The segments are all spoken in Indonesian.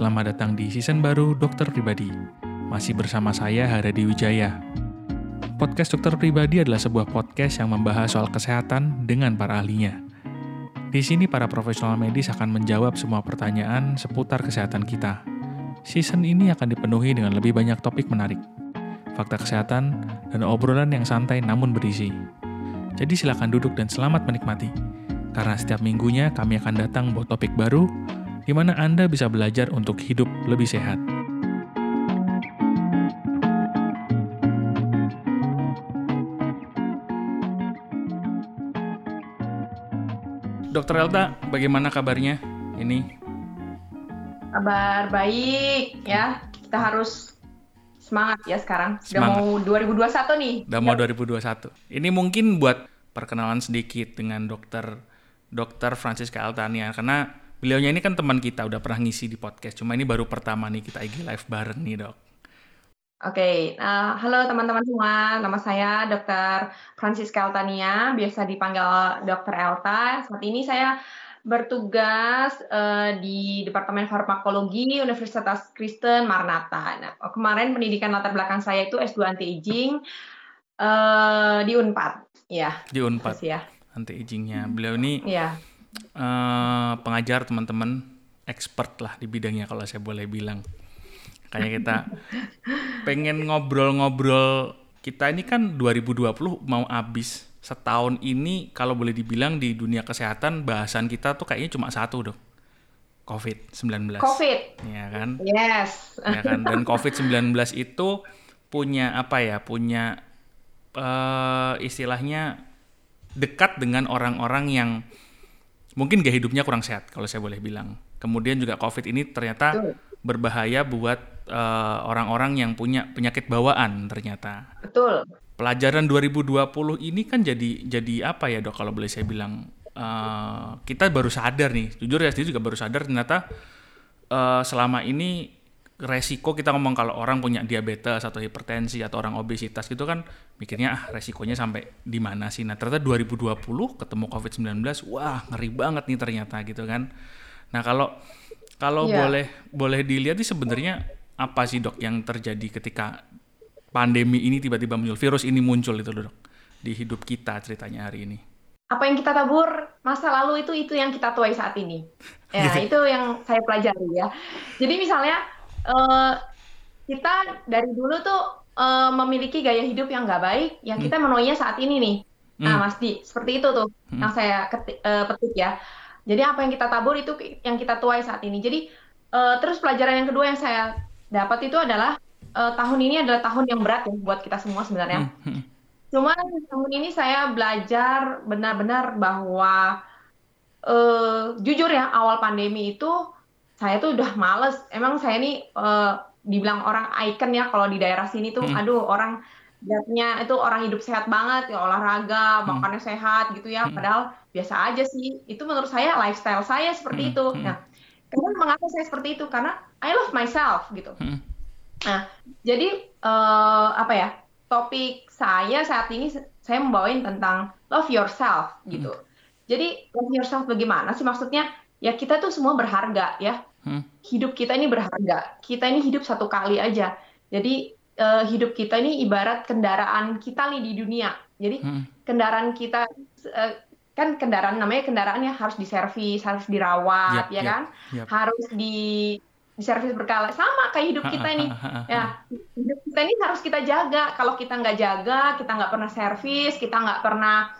selamat datang di season baru Dokter Pribadi. Masih bersama saya Haradi Wijaya. Podcast Dokter Pribadi adalah sebuah podcast yang membahas soal kesehatan dengan para ahlinya. Di sini para profesional medis akan menjawab semua pertanyaan seputar kesehatan kita. Season ini akan dipenuhi dengan lebih banyak topik menarik, fakta kesehatan, dan obrolan yang santai namun berisi. Jadi silakan duduk dan selamat menikmati. Karena setiap minggunya kami akan datang buat topik baru, di mana Anda bisa belajar untuk hidup lebih sehat. Dokter Elta, bagaimana kabarnya ini? Kabar baik ya, kita harus semangat ya sekarang. Semangat. Udah mau 2021 nih. Udah mau 2021. Ini mungkin buat perkenalan sedikit dengan Dokter Francisca Eltania, karena beliaunya ini kan teman kita, udah pernah ngisi di podcast. Cuma ini baru pertama nih kita IG live bareng nih, Dok. Oke, halo teman-teman semua. Nama saya Dr. Francisca Eltania, biasa dipanggil Dr. Elta. Saat ini saya bertugas di Departemen Farmakologi Universitas Kristen Maranatha. Nah, kemarin pendidikan latar belakang saya itu S2 Anti-Aging di Unpad. Ya, Di Unpad, ya. Anti-Agingnya. Beliau ini Ya. pengajar, teman-teman, expert lah di bidangnya kalau saya boleh bilang. Kayak kita pengen ngobrol-ngobrol, kita ini kan 2020 mau habis. Setahun ini kalau boleh dibilang di dunia kesehatan bahasan kita tuh kayaknya cuma satu, Dok. COVID-19. COVID. Ya kan? Yes. Ya kan? Dan COVID-19 itu punya apa ya? Punya istilahnya dekat dengan orang-orang yang mungkin gaya hidupnya kurang sehat kalau saya boleh bilang. Kemudian juga COVID ini ternyata berbahaya buat orang-orang yang punya penyakit bawaan ternyata. Betul. Pelajaran 2020 ini kan jadi apa ya, Dok, kalau boleh saya bilang, kita baru sadar nih, jujur ya sendiri juga baru sadar ternyata selama ini resiko kita ngomong kalau orang punya diabetes atau hipertensi atau orang obesitas gitu kan mikirnya resikonya sampai di mana sih. Nah, ternyata 2020 ketemu COVID-19, wah ngeri banget nih ternyata gitu kan. Nah, kalau boleh dilihat sih sebenarnya apa sih, Dok, yang terjadi ketika pandemi ini tiba-tiba muncul, virus ini muncul itu, Dok, di hidup kita ceritanya hari ini. Apa yang kita tabur masa lalu itu yang kita tuai saat ini. Ya, gitu. Itu yang saya pelajari ya. Jadi misalnya kita dari dulu tuh memiliki gaya hidup yang nggak baik, yang kita menuainya saat ini nih. Nah, Mas Di, seperti itu tuh yang saya petik ya. Jadi apa yang kita tabur itu yang kita tuai saat ini. Jadi terus pelajaran yang kedua yang saya dapat itu adalah tahun ini adalah tahun yang berat ya buat kita semua sebenarnya. Cuman tahun ini saya belajar benar-benar bahwa jujur ya, awal pandemi itu saya tuh udah males. Emang saya ini dibilang orang icon ya kalau di daerah sini tuh, aduh orang lihatnya itu orang hidup sehat banget ya, olahraga, makannya sehat gitu ya. Padahal biasa aja sih. Itu menurut saya lifestyle saya seperti itu. Nah, karena mengapa saya seperti itu? Karena I love myself gitu. Nah, jadi apa ya? Topik saya saat ini saya membawain tentang love yourself gitu. Jadi love yourself bagaimana sih maksudnya? Ya kita tuh semua berharga ya. Hidup kita ini berharga. Kita ini hidup satu kali aja. Jadi hidup kita ini ibarat kendaraan kita nih di dunia. Jadi kendaraan kita kan kendaraan namanya kendaraan ya harus diservis, harus dirawat, kan? Harus diservis berkala. Sama kayak hidup kita ini. Ya, hidup kita ini harus kita jaga. Kalau kita nggak jaga, kita nggak pernah servis, kita nggak pernah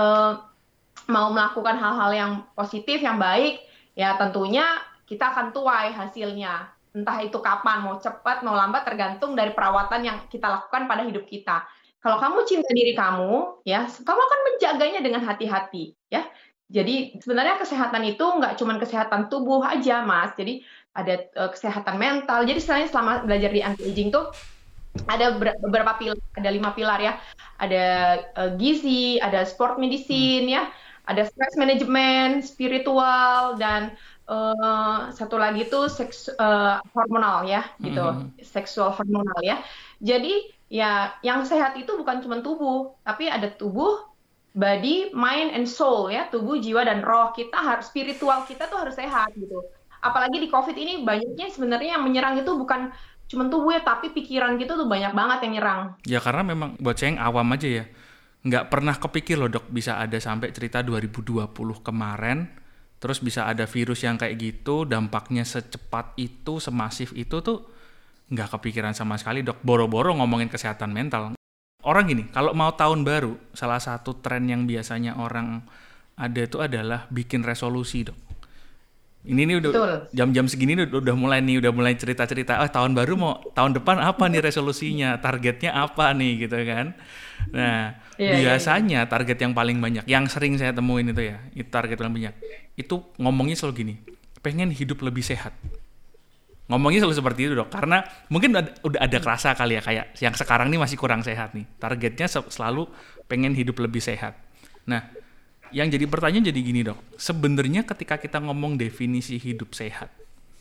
mau melakukan hal-hal yang positif, yang baik, ya tentunya kita akan tuai hasilnya. Entah itu kapan, mau cepat, mau lambat, tergantung dari perawatan yang kita lakukan pada hidup kita. Kalau kamu cinta diri kamu, ya, kamu akan menjaganya dengan hati-hati, ya. Jadi sebenarnya kesehatan itu nggak cuma kesehatan tubuh aja, Mas. Jadi ada kesehatan mental. Jadi selama belajar di anti-aging tuh ada beberapa pilar, ada 5 pilar ya. Ada gizi, ada sport medicine ya, ada stress management, spiritual, dan satu lagi tuh hormonal ya, gitu, seksual hormonal ya. Jadi ya yang sehat itu bukan cuma tubuh, tapi ada tubuh, body, mind, and soul ya, tubuh, jiwa, dan roh. Kita harus, spiritual kita tuh harus sehat gitu. apalagi di COVID ini banyaknya sebenarnya yang menyerang itu bukan cuma tubuh ya, tapi pikiran gitu tuh banyak banget yang nyerang. Ya karena memang buat saya yang awam aja ya, nggak pernah kepikir loh dok bisa ada sampai cerita 2020 kemarin, terus bisa ada virus yang kayak gitu, dampaknya secepat itu, semasif itu tuh nggak kepikiran sama sekali dok. Boro-boro ngomongin kesehatan mental. Orang gini, kalau mau tahun baru, salah satu tren yang biasanya orang ada itu adalah bikin resolusi dok. Ini nih udah Betul. jam-jam segini udah mulai cerita-cerita. Tahun baru mau tahun depan apa nih resolusinya, targetnya apa nih gitu kan. Nah, biasanya target yang paling banyak, yang sering saya temuin itu ya, itu target paling banyak. Itu ngomongnya selalu gini, pengen hidup lebih sehat. Ngomongnya selalu seperti itu dok, karena mungkin udah ada kerasa kali ya, kayak yang sekarang nih masih kurang sehat nih. Targetnya selalu pengen hidup lebih sehat. Nah, yang jadi pertanyaan jadi gini dok, sebenarnya ketika kita ngomong definisi hidup sehat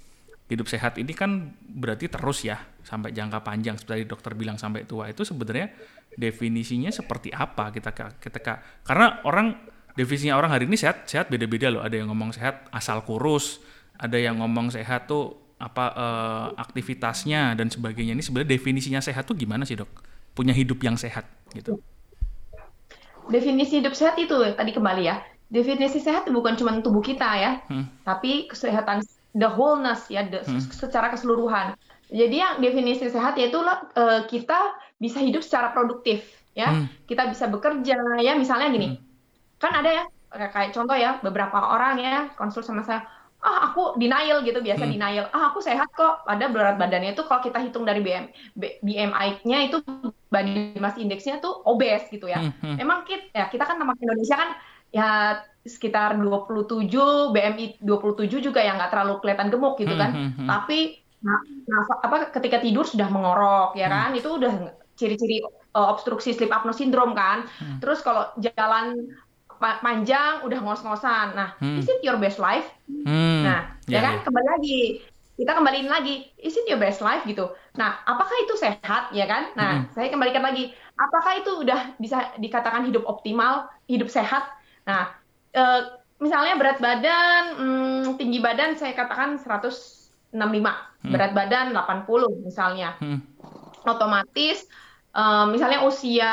ini kan berarti terus ya sampai jangka panjang, seperti dokter bilang sampai tua, itu sebenarnya definisinya seperti apa kita karena definisinya orang hari ini sehat beda-beda loh. Ada yang ngomong sehat asal kurus, ada yang ngomong sehat tuh aktivitasnya dan sebagainya. Ini sebenarnya definisinya sehat tuh gimana sih dok? Punya hidup yang sehat gitu. Definisi hidup sehat itu tadi kembali ya. Definisi sehat bukan cuma tubuh kita ya, tapi kesehatan the wholeness ya, secara keseluruhan. Jadi yang definisi sehat yaitu kita bisa hidup secara produktif ya. Kita bisa bekerja ya, misalnya gini. Kan ada ya kayak contoh ya, beberapa orang ya konsul sama saya, aku denial gitu, biasa denial. Aku sehat kok. Pada berat badannya itu kalau kita hitung dari BMI-nya itu body mass index-nya tuh obes gitu ya. Emang kita kan nama Indonesia kan ya sekitar 27, BMI 27 juga yang nggak terlalu kelihatan gemuk gitu kan. Tapi ketika tidur sudah mengorok ya kan. Itu udah ciri-ciri obstruksi sleep apnea syndrome kan. Terus kalau jalan panjang udah ngos-ngosan. Nah, is it your best life? Nah, ya kan kembali lagi. Kita kembaliin lagi, is it your best life gitu. Nah, apakah itu sehat ya kan? Nah, saya kembalikan lagi, apakah itu udah bisa dikatakan hidup optimal, hidup sehat? Nah, misalnya berat badan, tinggi badan saya katakan 165, berat badan 80 misalnya. Otomatis misalnya usia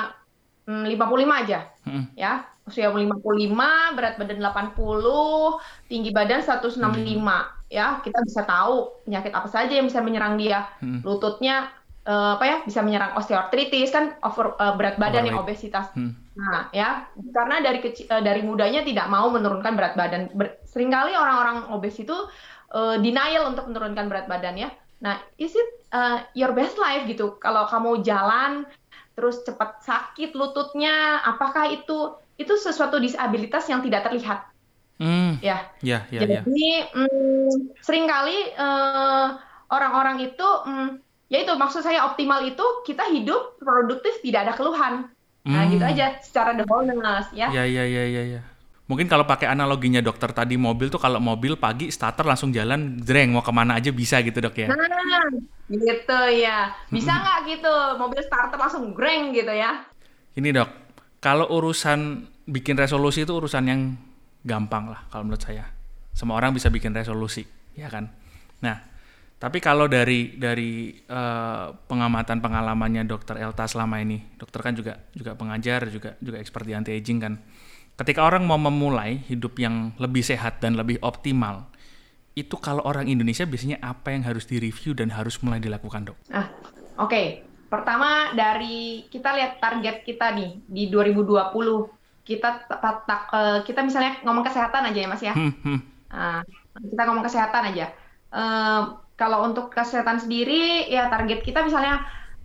55 aja, ya. Usia 55, berat badan 80, tinggi badan 165, ya. Kita bisa tahu penyakit apa saja yang bisa menyerang dia. Lututnya bisa menyerang osteoartritis kan, berat badan yang obesitas. Nah, ya, karena dari mudanya tidak mau menurunkan berat badan. Seringkali orang-orang obes itu denial untuk menurunkan berat badan ya. Nah, is it your best life gitu? Kalau kamu jalan terus cepat sakit lututnya, apakah itu sesuatu disabilitas yang tidak terlihat? Jadi seringkali orang-orang itu, ya itu maksud saya optimal itu kita hidup produktif tidak ada keluhan. Nah gitu aja secara the wholeness ya. Ya. Mungkin kalau pakai analoginya dokter tadi mobil tuh, kalau mobil pagi starter langsung jalan, jreng mau kemana aja bisa gitu dok ya? Nah gitu ya, bisa nggak gitu mobil starter langsung greng gitu ya? Ini dok, kalau urusan bikin resolusi itu urusan yang gampang lah kalau menurut saya. Semua orang bisa bikin resolusi, ya kan? Nah, tapi kalau dari pengamatan pengalamannya dokter Elta selama ini, dokter kan juga pengajar, juga expert di anti aging kan. Ketika orang mau memulai hidup yang lebih sehat dan lebih optimal, itu kalau orang Indonesia biasanya apa yang harus direview dan harus mulai dilakukan, dok? Oke. Pertama dari kita lihat target kita nih di 2020. Kita misalnya ngomong kesehatan aja ya Mas ya. Kita ngomong kesehatan aja. Kalau untuk kesehatan sendiri ya target kita misalnya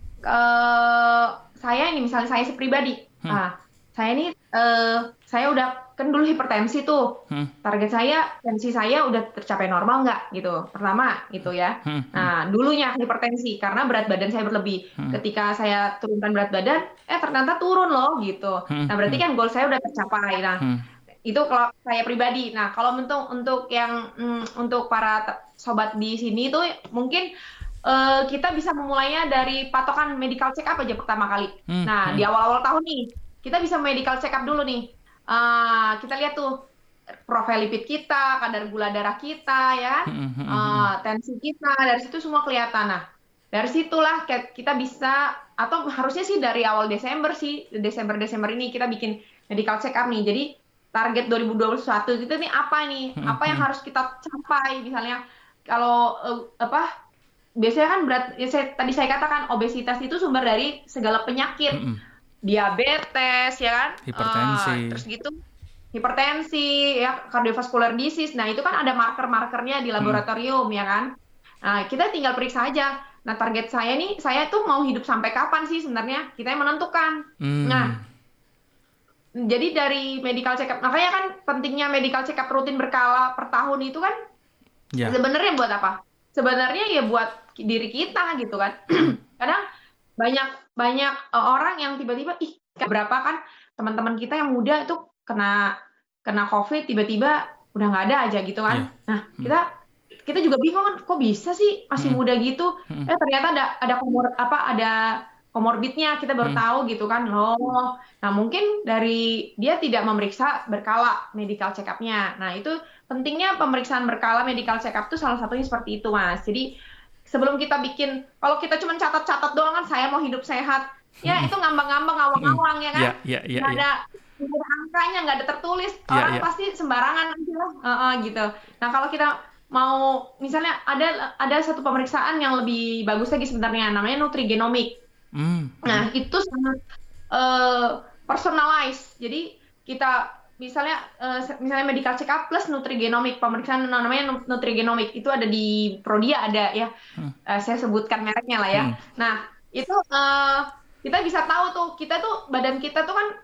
saya pribadi. Saya ini saya udah kan dulu hipertensi tuh. Target saya, tensi saya udah tercapai normal nggak gitu. Pertama gitu ya. Nah, dulunya hipertensi karena berat badan saya berlebih. Ketika saya turunkan berat badan, ternyata turun loh gitu. Nah, berarti kan goal saya udah tercapai. Nah, itu kalau saya pribadi. Nah, kalau untuk yang untuk para sobat di sini tuh mungkin kita bisa memulainya dari patokan medical check up aja pertama kali. Nah, di awal-awal tahun nih kita bisa medical check up dulu nih. Kita lihat tuh profil lipid kita, kadar gula darah kita, ya kan, tensi kita, dari situ semua kelihatan. Nah, dari situlah kita bisa, atau harusnya sih dari awal Desember ini kita bikin medical check up nih. Jadi target 2021 itu nih apa nih? Apa yang harus kita capai? Misalnya kalau biasanya kan tadi saya katakan obesitas itu sumber dari segala penyakit, diabetes, ya kan, hipertensi, terus gitu, hipertensi, ya, cardiovascular disease. Nah, itu kan ada marker-markernya di laboratorium, ya kan. Nah, kita tinggal periksa aja. Nah, target saya tuh mau hidup sampai kapan sih sebenarnya? Kita yang menentukan. Nah, jadi dari medical check up, makanya kan pentingnya medical check up rutin berkala per tahun itu kan sebenarnya buat apa? Sebenarnya ya buat diri kita gitu kan. Kadang banyak orang yang tiba-tiba, berapa kan teman-teman kita yang muda itu kena COVID tiba-tiba udah nggak ada aja gitu kan. Nah, kita juga bingung kan, kok bisa sih masih muda gitu? Ternyata ada komorbidnya, kita baru tahu gitu kan. Loh, nah mungkin dari dia tidak memeriksa berkala medical check up-nya. Nah, itu pentingnya pemeriksaan berkala medical check up itu salah satunya seperti itu, Mas. Jadi sebelum kita bikin, kalau kita cuma catat-catat doang kan, saya mau hidup sehat, ya itu ngambang-ngambang, ngawang-ngawang, ya kan? Nggak ada angkanya, nggak ada tertulis, orang pasti sembarangan aja lah, gitu. Nah, kalau kita mau, misalnya ada satu pemeriksaan yang lebih bagus lagi sebenarnya, namanya nutrigenomik. Nah, itu sangat personalized. Jadi kita misalnya medical check up plus nutrigenomik, pemeriksaan namanya nutrigenomik, itu ada di Prodia, ada ya. Saya sebutkan mereknya lah ya. Nah, itu kita bisa tahu tuh, badan kita tuh kan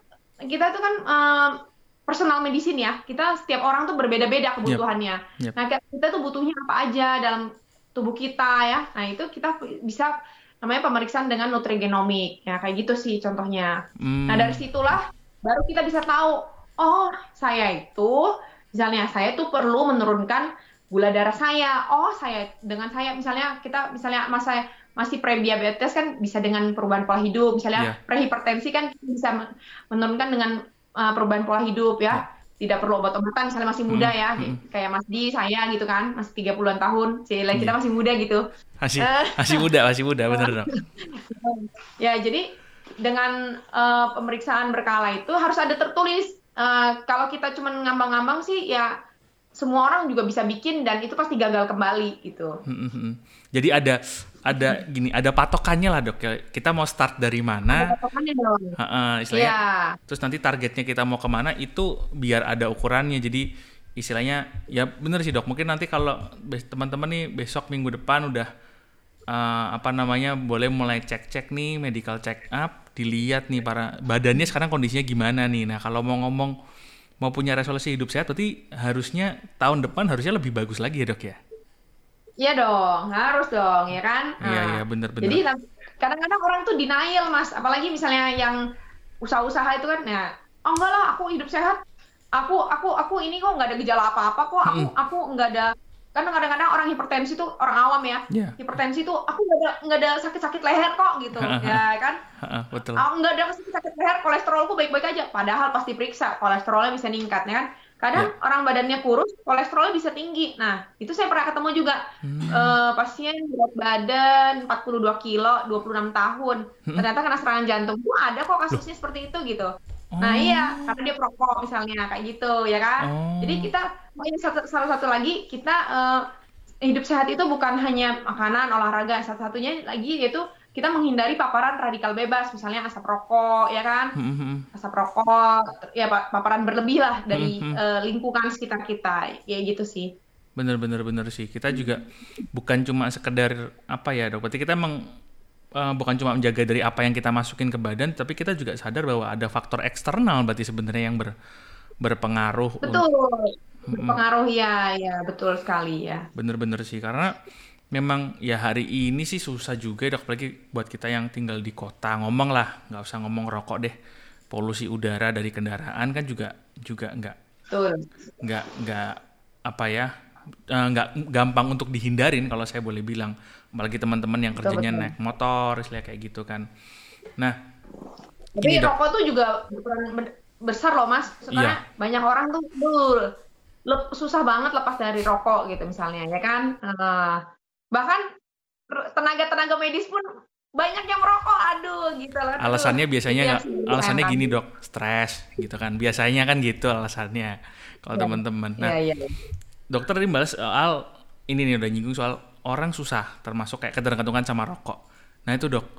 personal medicine ya. Kita setiap orang tuh berbeda-beda kebutuhannya. Nah, kita tuh butuhnya apa aja dalam tubuh kita ya. Nah, itu kita bisa namanya pemeriksaan dengan nutrigenomik. Ya, kayak gitu sih contohnya. Nah, dari situlah baru kita bisa tahu, oh, saya tuh perlu menurunkan gula darah saya. Oh, misalnya masih prediabetes kan bisa dengan perubahan pola hidup. Misalnya prehipertensi kan bisa menurunkan dengan perubahan pola hidup ya. Tidak perlu obat-obatan, misalnya masih muda ya, kayak Mas Di, saya gitu kan, masih 30-an tahun, kita masih muda gitu. Masih muda, bener dong. Ya, jadi dengan pemeriksaan berkala itu harus ada tertulis. Kalau kita cuma ngambang-ngambang sih, ya semua orang juga bisa bikin dan itu pasti gagal kembali gitu. Jadi ada patokannya lah, Dok. Kita mau start dari mana? Ada patokannya dong. Istilahnya. Terus nanti targetnya kita mau kemana itu biar ada ukurannya. Jadi istilahnya ya bener sih, Dok. Mungkin nanti kalau teman-teman nih besok minggu depan udah boleh mulai cek-cek nih medical check up, dilihat nih badannya sekarang kondisinya gimana nih. Nah, kalau mau punya resolusi hidup sehat, berarti harusnya tahun depan harusnya lebih bagus lagi ya, Dok ya? Iya dong, harus dong, ya kan? Iya, bener. Jadi kadang-kadang orang tuh denial, Mas. Apalagi misalnya yang usaha-usaha itu kan, ya, oh enggak lah, aku hidup sehat. Aku ini kok nggak ada gejala apa-apa kok. Aku nggak ada. Kan kadang-kadang orang hipertensi tuh orang awam ya. Hipertensi tuh aku nggak ada sakit-sakit leher kok gitu, ya kan? Betul. Aku nggak ada sakit leher, kolesterolku baik-baik aja. Padahal pasti periksa, kolesterolnya bisa meningkat, ya kan? Kadang orang badannya kurus, kolesterolnya bisa tinggi. Nah, itu saya pernah ketemu juga. Pasien berat badan 42 kilo, 26 tahun. Ternyata kena serangan jantung. Ada kok kasusnya seperti itu gitu. Nah, iya, karena dia perokok misalnya, kayak gitu, ya kan? Jadi salah satu lagi, kita hidup sehat itu bukan hanya makanan, olahraga. Satu-satunya lagi yaitu kita menghindari paparan radikal bebas, misalnya asap rokok, ya kan? Asap rokok, ya paparan berlebih lah dari lingkungan sekitar kita, ya gitu sih. Bener sih. Kita juga bukan cuma sekedar Dok. Berarti kita emang bukan cuma menjaga dari apa yang kita masukin ke badan, tapi kita juga sadar bahwa ada faktor eksternal berarti sebenarnya yang berpengaruh. Betul. Berpengaruh ya, betul sekali ya. Bener sih, karena memang ya hari ini sih susah juga, Dok, apalagi buat kita yang tinggal di kota. Ngomong lah, nggak usah ngomong rokok deh. Polusi udara dari kendaraan kan juga nggak gampang untuk dihindarin kalau saya boleh bilang. Apalagi teman-teman yang kerjanya naik motor, istilahnya kayak gitu kan. Nah, tapi rokok tuh juga berperan besar loh, Mas. Sekarang banyak orang tuh susah banget lepas dari rokok gitu misalnya, ya kan? Bahkan tenaga-tenaga medis pun banyak yang merokok, aduh gitu loh. Alasannya biasanya Itu yang nggak, alasannya sayangkan. gini dok, stres gitu kan. Biasanya kan gitu alasannya kalau Iya, teman-teman. iya, Nah, iya. dokter tadi bahas soal ini nih udah nyinggung soal orang susah, termasuk kayak ketergantungan sama rokok. Nah itu dok,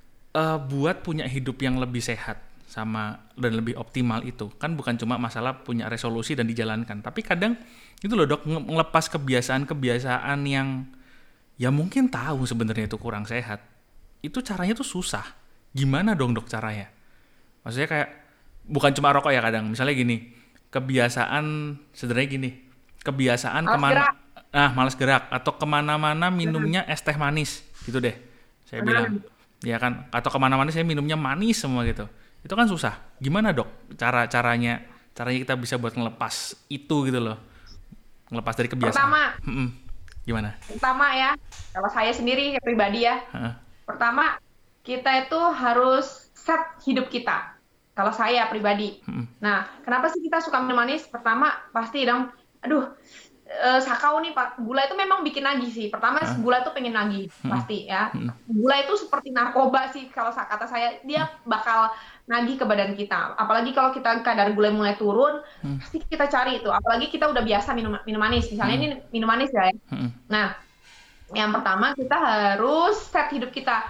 buat punya hidup yang lebih sehat sama dan lebih optimal itu kan bukan cuma masalah punya resolusi dan dijalankan, tapi kadang itu loh dok ngelepas kebiasaan-kebiasaan yang ya mungkin tahu sebenarnya itu kurang sehat. Itu caranya tuh susah. Gimana dong dok caranya? Maksudnya kayak bukan cuma rokok ya kadang. Misalnya gini, kebiasaan sederhananya gini, kebiasaan Malas gerak. malas gerak atau kemana-mana Hmm. minumnya es teh manis gitu deh. Saya bilang, Hmm. ya kan? Atau kemana-mana saya minumnya manis semua gitu. Itu kan susah. Gimana dok? Caranya kita bisa buat ngelepas itu gitu loh, ngelepas dari kebiasaan. Pertama, Gimana? pertama ya, kalau saya sendiri pribadi ya, Heeh. pertama kita itu harus set hidup kita. Kalau saya pribadi. Nah, kenapa sih kita suka minum manis? Pertama pasti dong, aduh, sakau nih Pak, gula itu memang bikin nagih sih. Pertama gula itu pengen nagih, pasti ya. Gula itu seperti narkoba sih kalau kata saya, dia bakal nagih ke badan kita. Apalagi kalau kita kadar gula mulai turun, pasti kita cari itu. Apalagi kita udah biasa minum manis. Misalnya ini minum manis ya. Nah, yang pertama kita harus set hidup kita.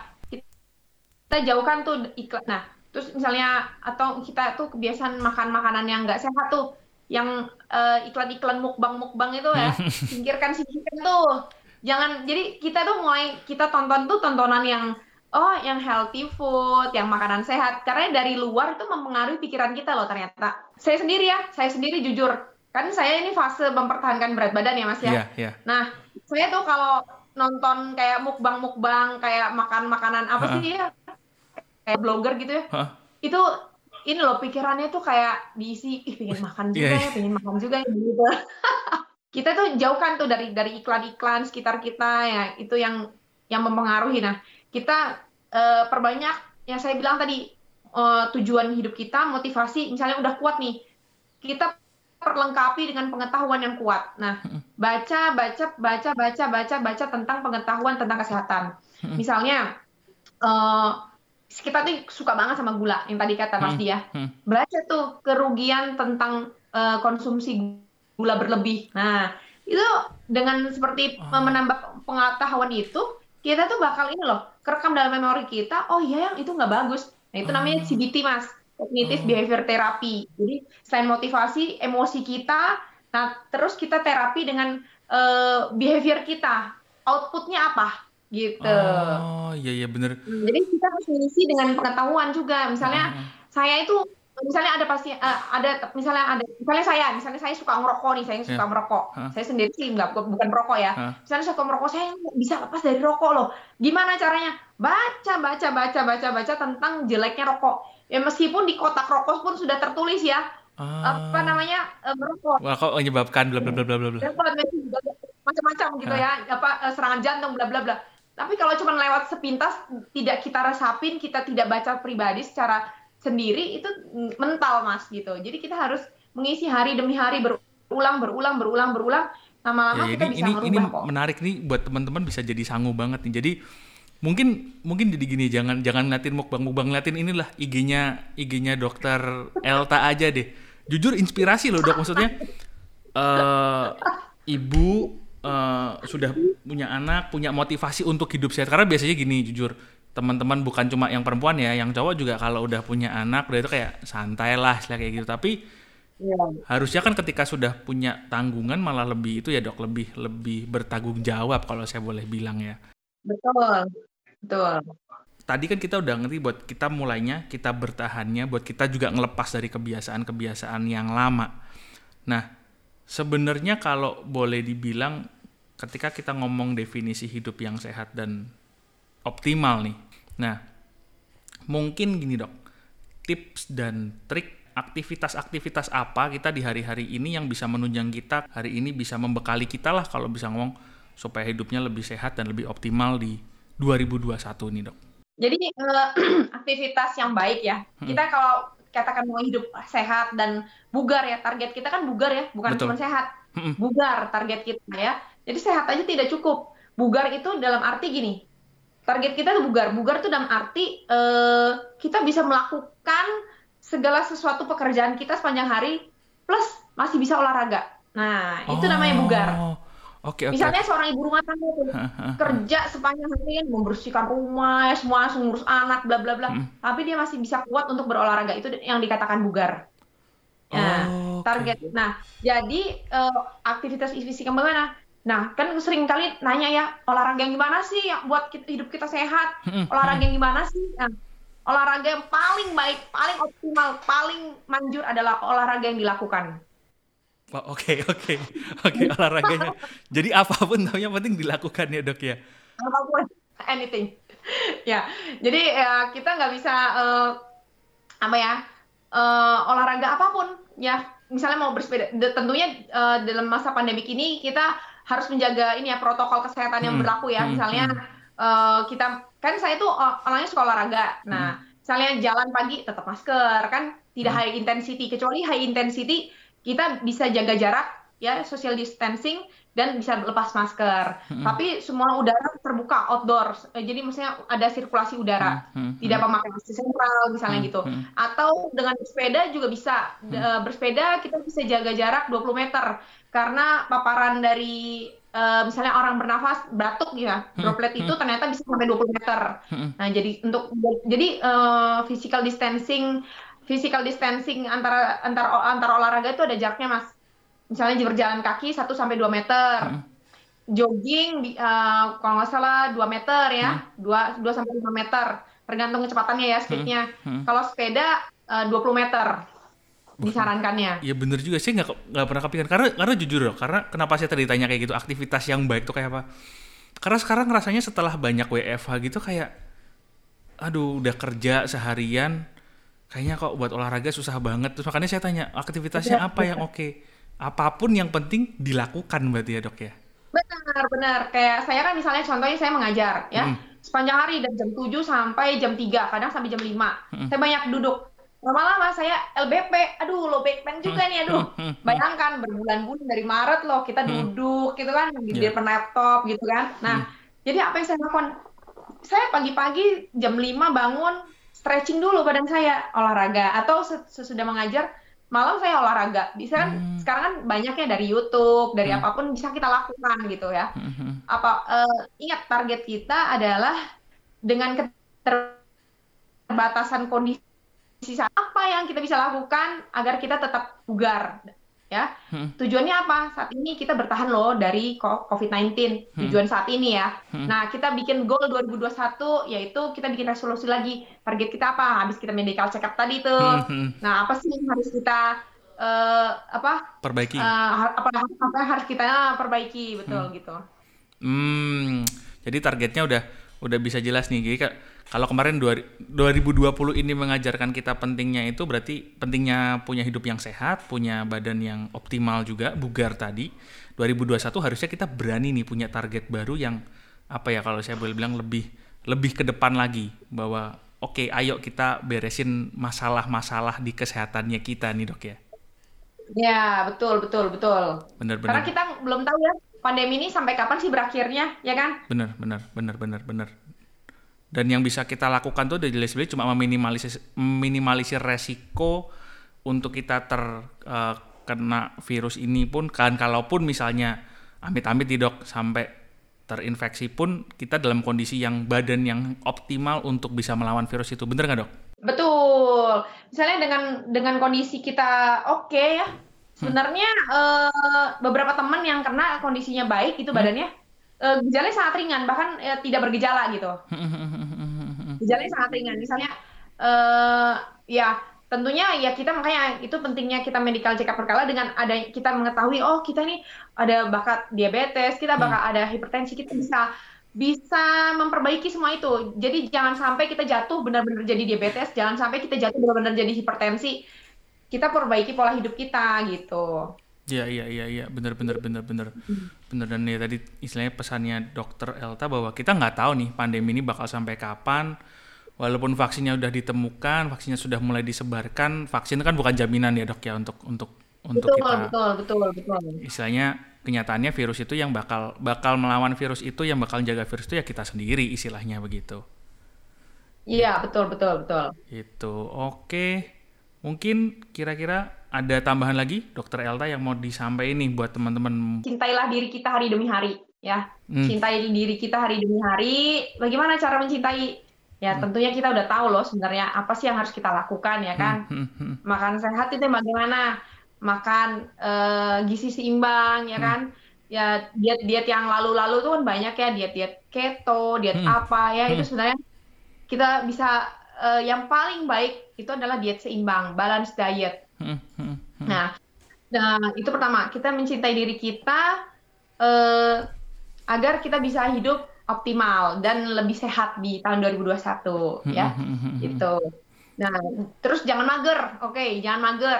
Kita jauhkan tuh iklan. Nah, terus misalnya atau kita tuh kebiasaan makan makanan yang nggak sehat tuh, yang iklan-iklan mukbang itu ya, singkirkan tuh. Jangan, jadi kita tuh mulai kita tonton tuh tontonan yang healthy food, yang makanan sehat. Karena dari luar itu mempengaruhi pikiran kita loh ternyata. Saya sendiri jujur, kan saya ini fase mempertahankan berat badan ya Mas ya. Iya, iya. Nah, saya tuh kalau nonton kayak mukbang kayak makan makanan apa sih ya, kayak blogger gitu ya, itu ini loh pikirannya tuh kayak diisi, pengen makan juga ya, pengen makan juga ya gitu. Kita tuh jauhkan tuh dari iklan-iklan sekitar kita ya, itu yang mempengaruhi. Nah, kita perbanyak yang saya bilang tadi, tujuan hidup kita, motivasi, misalnya udah kuat nih, kita perlengkapi dengan pengetahuan yang kuat. Nah, baca tentang pengetahuan tentang kesehatan. Misalnya kita tuh suka banget sama gula yang tadi kata Mas Dia. Baca tuh kerugian tentang konsumsi gula berlebih. Nah, itu dengan seperti menambah pengetahuan itu, kita tuh bakal ini loh, kerekam dalam memori kita, oh iya yang itu nggak bagus. Nah, itu namanya CBT Mas, Cognitive Behavior Therapy. Jadi selain motivasi, emosi kita, nah terus kita terapi dengan behavior kita. Outputnya apa? Gitu. Oh, iya bener. Jadi kita harus mengisi dengan pengetahuan juga. Misalnya saya itu, misalnya misalnya saya suka ngerokok nih, saya suka merokok. Saya sendiri sih bukan perokok ya. Misalnya saya suka merokok, saya bisa lepas dari rokok loh. Gimana caranya? Baca tentang jeleknya rokok. Ya meskipun di kotak rokok pun sudah tertulis ya, apa namanya, merokok. Wah, kok menyebabkan bla bla bla bla bla. Macam-macam gitu ya, serangan jantung bla bla bla. Tapi kalau cuma lewat sepintas, tidak kita resapin, kita tidak baca pribadi secara sendiri, itu mental Mas gitu. Jadi kita harus mengisi hari demi hari, berulang. Lama-lama Ya, kita bisa ini merubah kok. menarik nih buat teman-teman, bisa jadi sangu banget nih. Jadi mungkin jadi gini, jangan ngeliatin mukbang ngeliatin inilah IG-nya dokter Elta aja deh. Jujur inspirasi loh dok, maksudnya ibu sudah punya anak, punya motivasi untuk hidup sehat. Karena biasanya gini, jujur teman-teman, bukan cuma yang perempuan ya, yang cowok juga kalau udah punya anak udah itu kayak santai lah kayak gitu. Tapi harusnya kan ketika sudah punya tanggungan malah lebih itu ya dok, lebih bertanggung jawab kalau saya boleh bilang ya. Betul. Tadi kan kita udah ngerti buat kita mulainya, kita bertahannya, buat kita juga ngelepas dari kebiasaan-kebiasaan yang lama. Nah, sebenarnya kalau boleh dibilang, ketika kita ngomong definisi hidup yang sehat dan optimal nih, nah mungkin gini dok, tips dan trik aktivitas-aktivitas apa kita di hari-hari ini yang bisa menunjang kita hari ini, bisa membekali kita lah kalau bisa ngomong, supaya hidupnya lebih sehat dan lebih optimal di 2021 nih dok. Jadi aktivitas yang baik ya, kita kalau katakan mau hidup sehat dan bugar ya, target kita kan bugar ya, bukan cuma sehat. bugar target kita ya. Jadi sehat aja tidak cukup. Bugar itu dalam arti gini, target kita tuh bugar. Bugar tuh dalam arti kita bisa melakukan segala sesuatu pekerjaan kita sepanjang hari plus masih bisa olahraga. Nah, itu namanya bugar. Oh, oke oke Misalnya oke. seorang ibu rumah tangga tuh kerja sepanjang hari kan membersihkan rumah, ya semua ngurus anak, bla bla bla. Tapi dia masih bisa kuat untuk berolahraga. Itu yang dikatakan bugar. Nah, Oke. target. Nah, jadi aktivitas fisik yang bagaimana? Nah, kan sering kali nanya ya, olahraga yang gimana sih yang buat hidup kita sehat? Olahraga yang gimana sih? Nah, olahraga yang paling baik, paling optimal, paling manjur adalah olahraga yang dilakukan. Oh, oke oke oke olahraganya. Jadi apapun taunya penting dilakukan ya dok ya. Apapun, anything. Ya, jadi ya, kita nggak bisa apa ya olahraga apapun ya. Misalnya mau bersepeda, tentunya dalam masa pandemik ini kita harus menjaga ini ya protokol kesehatan yang berlaku ya. Misalnya kita kan saya tuh orangnya suka olahraga. Nah, misalnya jalan pagi tetap masker kan, tidak high intensity. Kecuali high intensity kita bisa jaga jarak ya, social distancing dan bisa lepas masker. Tapi semua udara terbuka outdoor. Jadi maksudnya ada sirkulasi udara. Tidak memakai AC sentral misalnya gitu. Atau dengan bersepeda juga bisa. Bersepeda kita bisa jaga jarak 20 meter karena paparan dari misalnya orang bernafas batuk ya, droplet itu ternyata bisa sampai 20 meter. Nah, physical distancing antara olahraga itu ada jaraknya, Mas. Misalnya berjalan kaki 1-2 meter. Jogging kalau nggak salah 2 meter ya. 2-5 meter. Tergantung kecepatannya ya, speednya. Kalau sepeda 20 meter disarankannya. Iya bener juga sih, nggak pernah kepikiran karena jujur loh, karena kenapa saya tadi tanya kayak gitu, aktivitas yang baik tuh kayak apa, karena sekarang rasanya setelah banyak WFH gitu kayak aduh udah kerja seharian kayaknya kok buat olahraga susah banget, terus makanya saya tanya aktivitasnya apa yang oke, apapun yang penting dilakukan berarti ya dok ya. Benar. Kayak saya kan misalnya contohnya saya mengajar ya. Sepanjang hari dari jam 7 sampai jam 3, kadang sampai jam 5. Saya banyak duduk. Lama-lama saya LBP, aduh low back pain juga nih, aduh. Bayangkan berbulan-bulan dari Maret loh kita duduk gitu kan di Ya. depan laptop gitu kan. Nah, jadi apa yang saya lakukan? Saya pagi-pagi jam 5 bangun, stretching dulu badan saya, olahraga. Atau sesudah mengajar, malam saya olahraga. Bisa kan sekarang kan banyaknya dari YouTube, dari apapun bisa kita lakukan gitu ya. Ingat target kita adalah dengan keterbatasan kondisi apa yang kita bisa lakukan agar kita tetap bugar ya. Tujuannya apa? Saat ini kita bertahan loh dari COVID-19. Tujuan saat ini ya. Nah, kita bikin goal 2021 yaitu kita bikin resolusi lagi. Target kita apa? Habis kita medical check up tadi tuh. Nah, apa sih yang harus kita Perbaiki. apa yang harus kita perbaiki, betul gitu. Jadi targetnya udah bisa jelas nih. Jadi kalau kemarin 2020 ini mengajarkan kita pentingnya itu berarti pentingnya punya hidup yang sehat, punya badan yang optimal juga, bugar tadi. 2021 harusnya kita berani nih punya target baru yang apa ya kalau saya boleh bilang lebih ke depan lagi, bahwa oke, ayo kita beresin masalah-masalah di kesehatannya kita nih dok ya. Ya, betul. Karena Benar. kita belum tahu ya pandemi ini sampai kapan sih berakhirnya, ya kan? Benar. Dan yang bisa kita lakukan tuh dari jelas cuma meminimalisir resiko untuk kita terkena virus ini pun kan, kalaupun misalnya amit-amit nih dok sampai terinfeksi pun kita dalam kondisi yang badan yang optimal untuk bisa melawan virus itu, bener nggak dok? Betul. Misalnya dengan kondisi kita oke ya. Sebenarnya beberapa teman yang kena kondisinya baik itu badannya gejalanya sangat ringan, bahkan tidak bergejala gitu. Gejalanya sangat ringan. Misalnya ya tentunya ya kita makanya itu pentingnya kita medical check up berkala dengan ada kita mengetahui oh kita ini ada bakat diabetes, kita bakal ada hipertensi, kita bisa memperbaiki semua itu. Jadi jangan sampai kita jatuh benar-benar jadi diabetes, jangan sampai kita jatuh benar-benar jadi hipertensi. Kita perbaiki pola hidup kita gitu. Iya, benar. Dan ya tadi istilahnya pesannya Dokter Elta bahwa kita nggak tahu nih pandemi ini bakal sampai kapan. Walaupun vaksinnya udah ditemukan, vaksinnya sudah mulai disebarkan, vaksin kan bukan jaminan ya dok ya untuk kita. Betul. Istilahnya kenyataannya virus itu yang bakal melawan virus itu, yang bakal jaga virus itu ya kita sendiri, istilahnya begitu. Iya, betul. Itu oke. Mungkin kira-kira ada tambahan lagi, Dokter Elta, yang mau disampaikan nih buat teman-teman? Cintailah diri kita hari demi hari, ya. Cintai diri kita hari demi hari. Bagaimana cara mencintai? Ya, tentunya kita udah tahu loh sebenarnya apa sih yang harus kita lakukan, ya kan? Makan sehat itu bagaimana? Makan gizi seimbang, ya kan? Ya, diet-diet yang lalu-lalu tuh kan banyak ya, diet-diet keto, diet apa ya, itu sebenarnya kita bisa yang paling baik itu adalah diet seimbang, balance diet. Nah, itu pertama, kita mencintai diri kita agar kita bisa hidup optimal dan lebih sehat di tahun 2021, ya. Gitu. Nah, terus jangan mager, oke, jangan mager.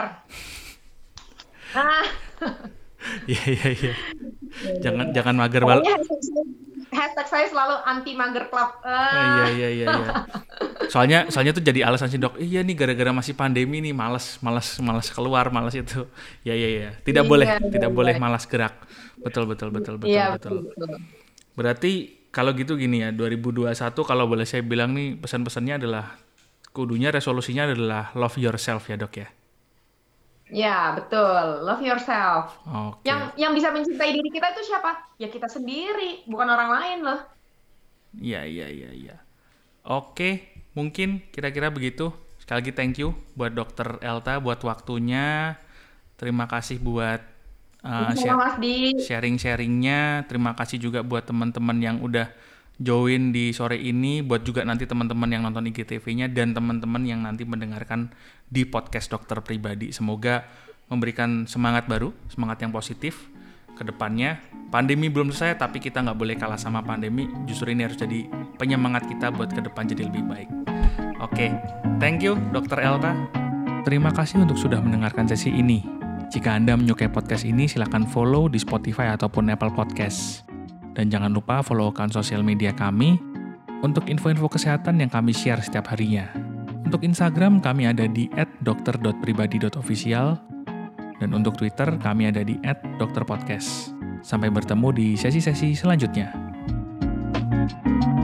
Iya. Jangan mager banget. Hashtag saya selalu anti mager club. Iya. Soalnya tuh jadi alasan sih, Dok. Iya nih, gara-gara masih pandemi nih, malas keluar, malas itu. Iya. Tidak boleh malas gerak. Betul. Iya, betul. Berarti kalau gitu gini ya, 2021 kalau boleh saya bilang nih, pesan-pesannya adalah kudunya resolusinya adalah love yourself ya, Dok ya. Ya, betul. Love yourself. Okay. Yang bisa mencintai diri kita itu siapa? Ya kita sendiri, bukan orang lain loh. Iya. Oke, mungkin kira-kira begitu. Sekali lagi thank you buat Dokter Elta buat waktunya. Terima kasih buat sharing-sharingnya. Terima kasih juga buat teman-teman yang udah join di sore ini, buat juga nanti teman-teman yang nonton IGTV-nya dan teman-teman yang nanti mendengarkan di podcast Dokter Pribadi. Semoga memberikan semangat baru, semangat yang positif ke depannya. Pandemi belum selesai, tapi kita nggak boleh kalah sama pandemi. Justru ini harus jadi penyemangat kita buat ke depan jadi lebih baik. Oke, thank you Dokter Elta. Terima kasih untuk sudah mendengarkan sesi ini. Jika Anda menyukai podcast ini, silakan follow di Spotify ataupun Apple Podcast. Dan jangan lupa follow akun sosial media kami untuk info-info kesehatan yang kami share setiap harinya. Untuk Instagram kami ada di @dokter.pribadi.official dan untuk Twitter kami ada di @dokterpodcast. Sampai bertemu di sesi-sesi selanjutnya.